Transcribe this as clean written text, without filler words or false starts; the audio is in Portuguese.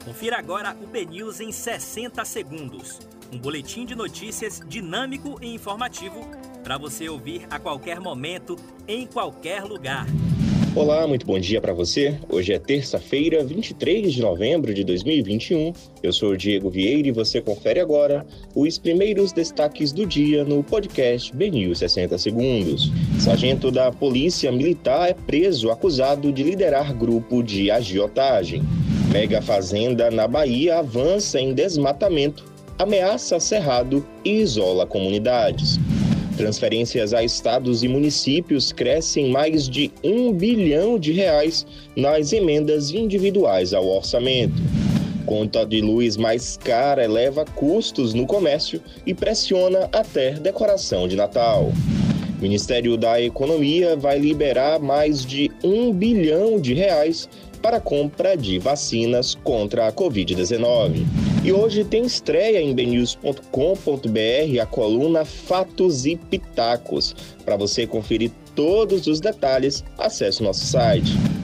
Confira agora o BNews em 60 segundos. Um boletim de notícias dinâmico e informativo para você ouvir a qualquer momento, em qualquer lugar. Olá, muito bom dia para você. Hoje é terça-feira, 23 de novembro de 2021. Eu sou o Diego Vieira e você confere agora os primeiros destaques do dia no podcast BNews 60 segundos. Sargento da Polícia Militar é preso acusado de liderar grupo de agiotagem. Mega fazenda na Bahia avança em desmatamento, ameaça cerrado e isola comunidades. Transferências a estados e municípios crescem mais de R$1 bilhão nas emendas individuais ao orçamento. Conta de luz mais cara eleva custos no comércio e pressiona até decoração de Natal. O Ministério da Economia vai liberar mais de R$1 bilhão para a compra de vacinas contra a Covid-19. E hoje tem estreia em bnews.com.br a coluna Fatos e Pitacos. Para você conferir todos os detalhes, acesse o nosso site.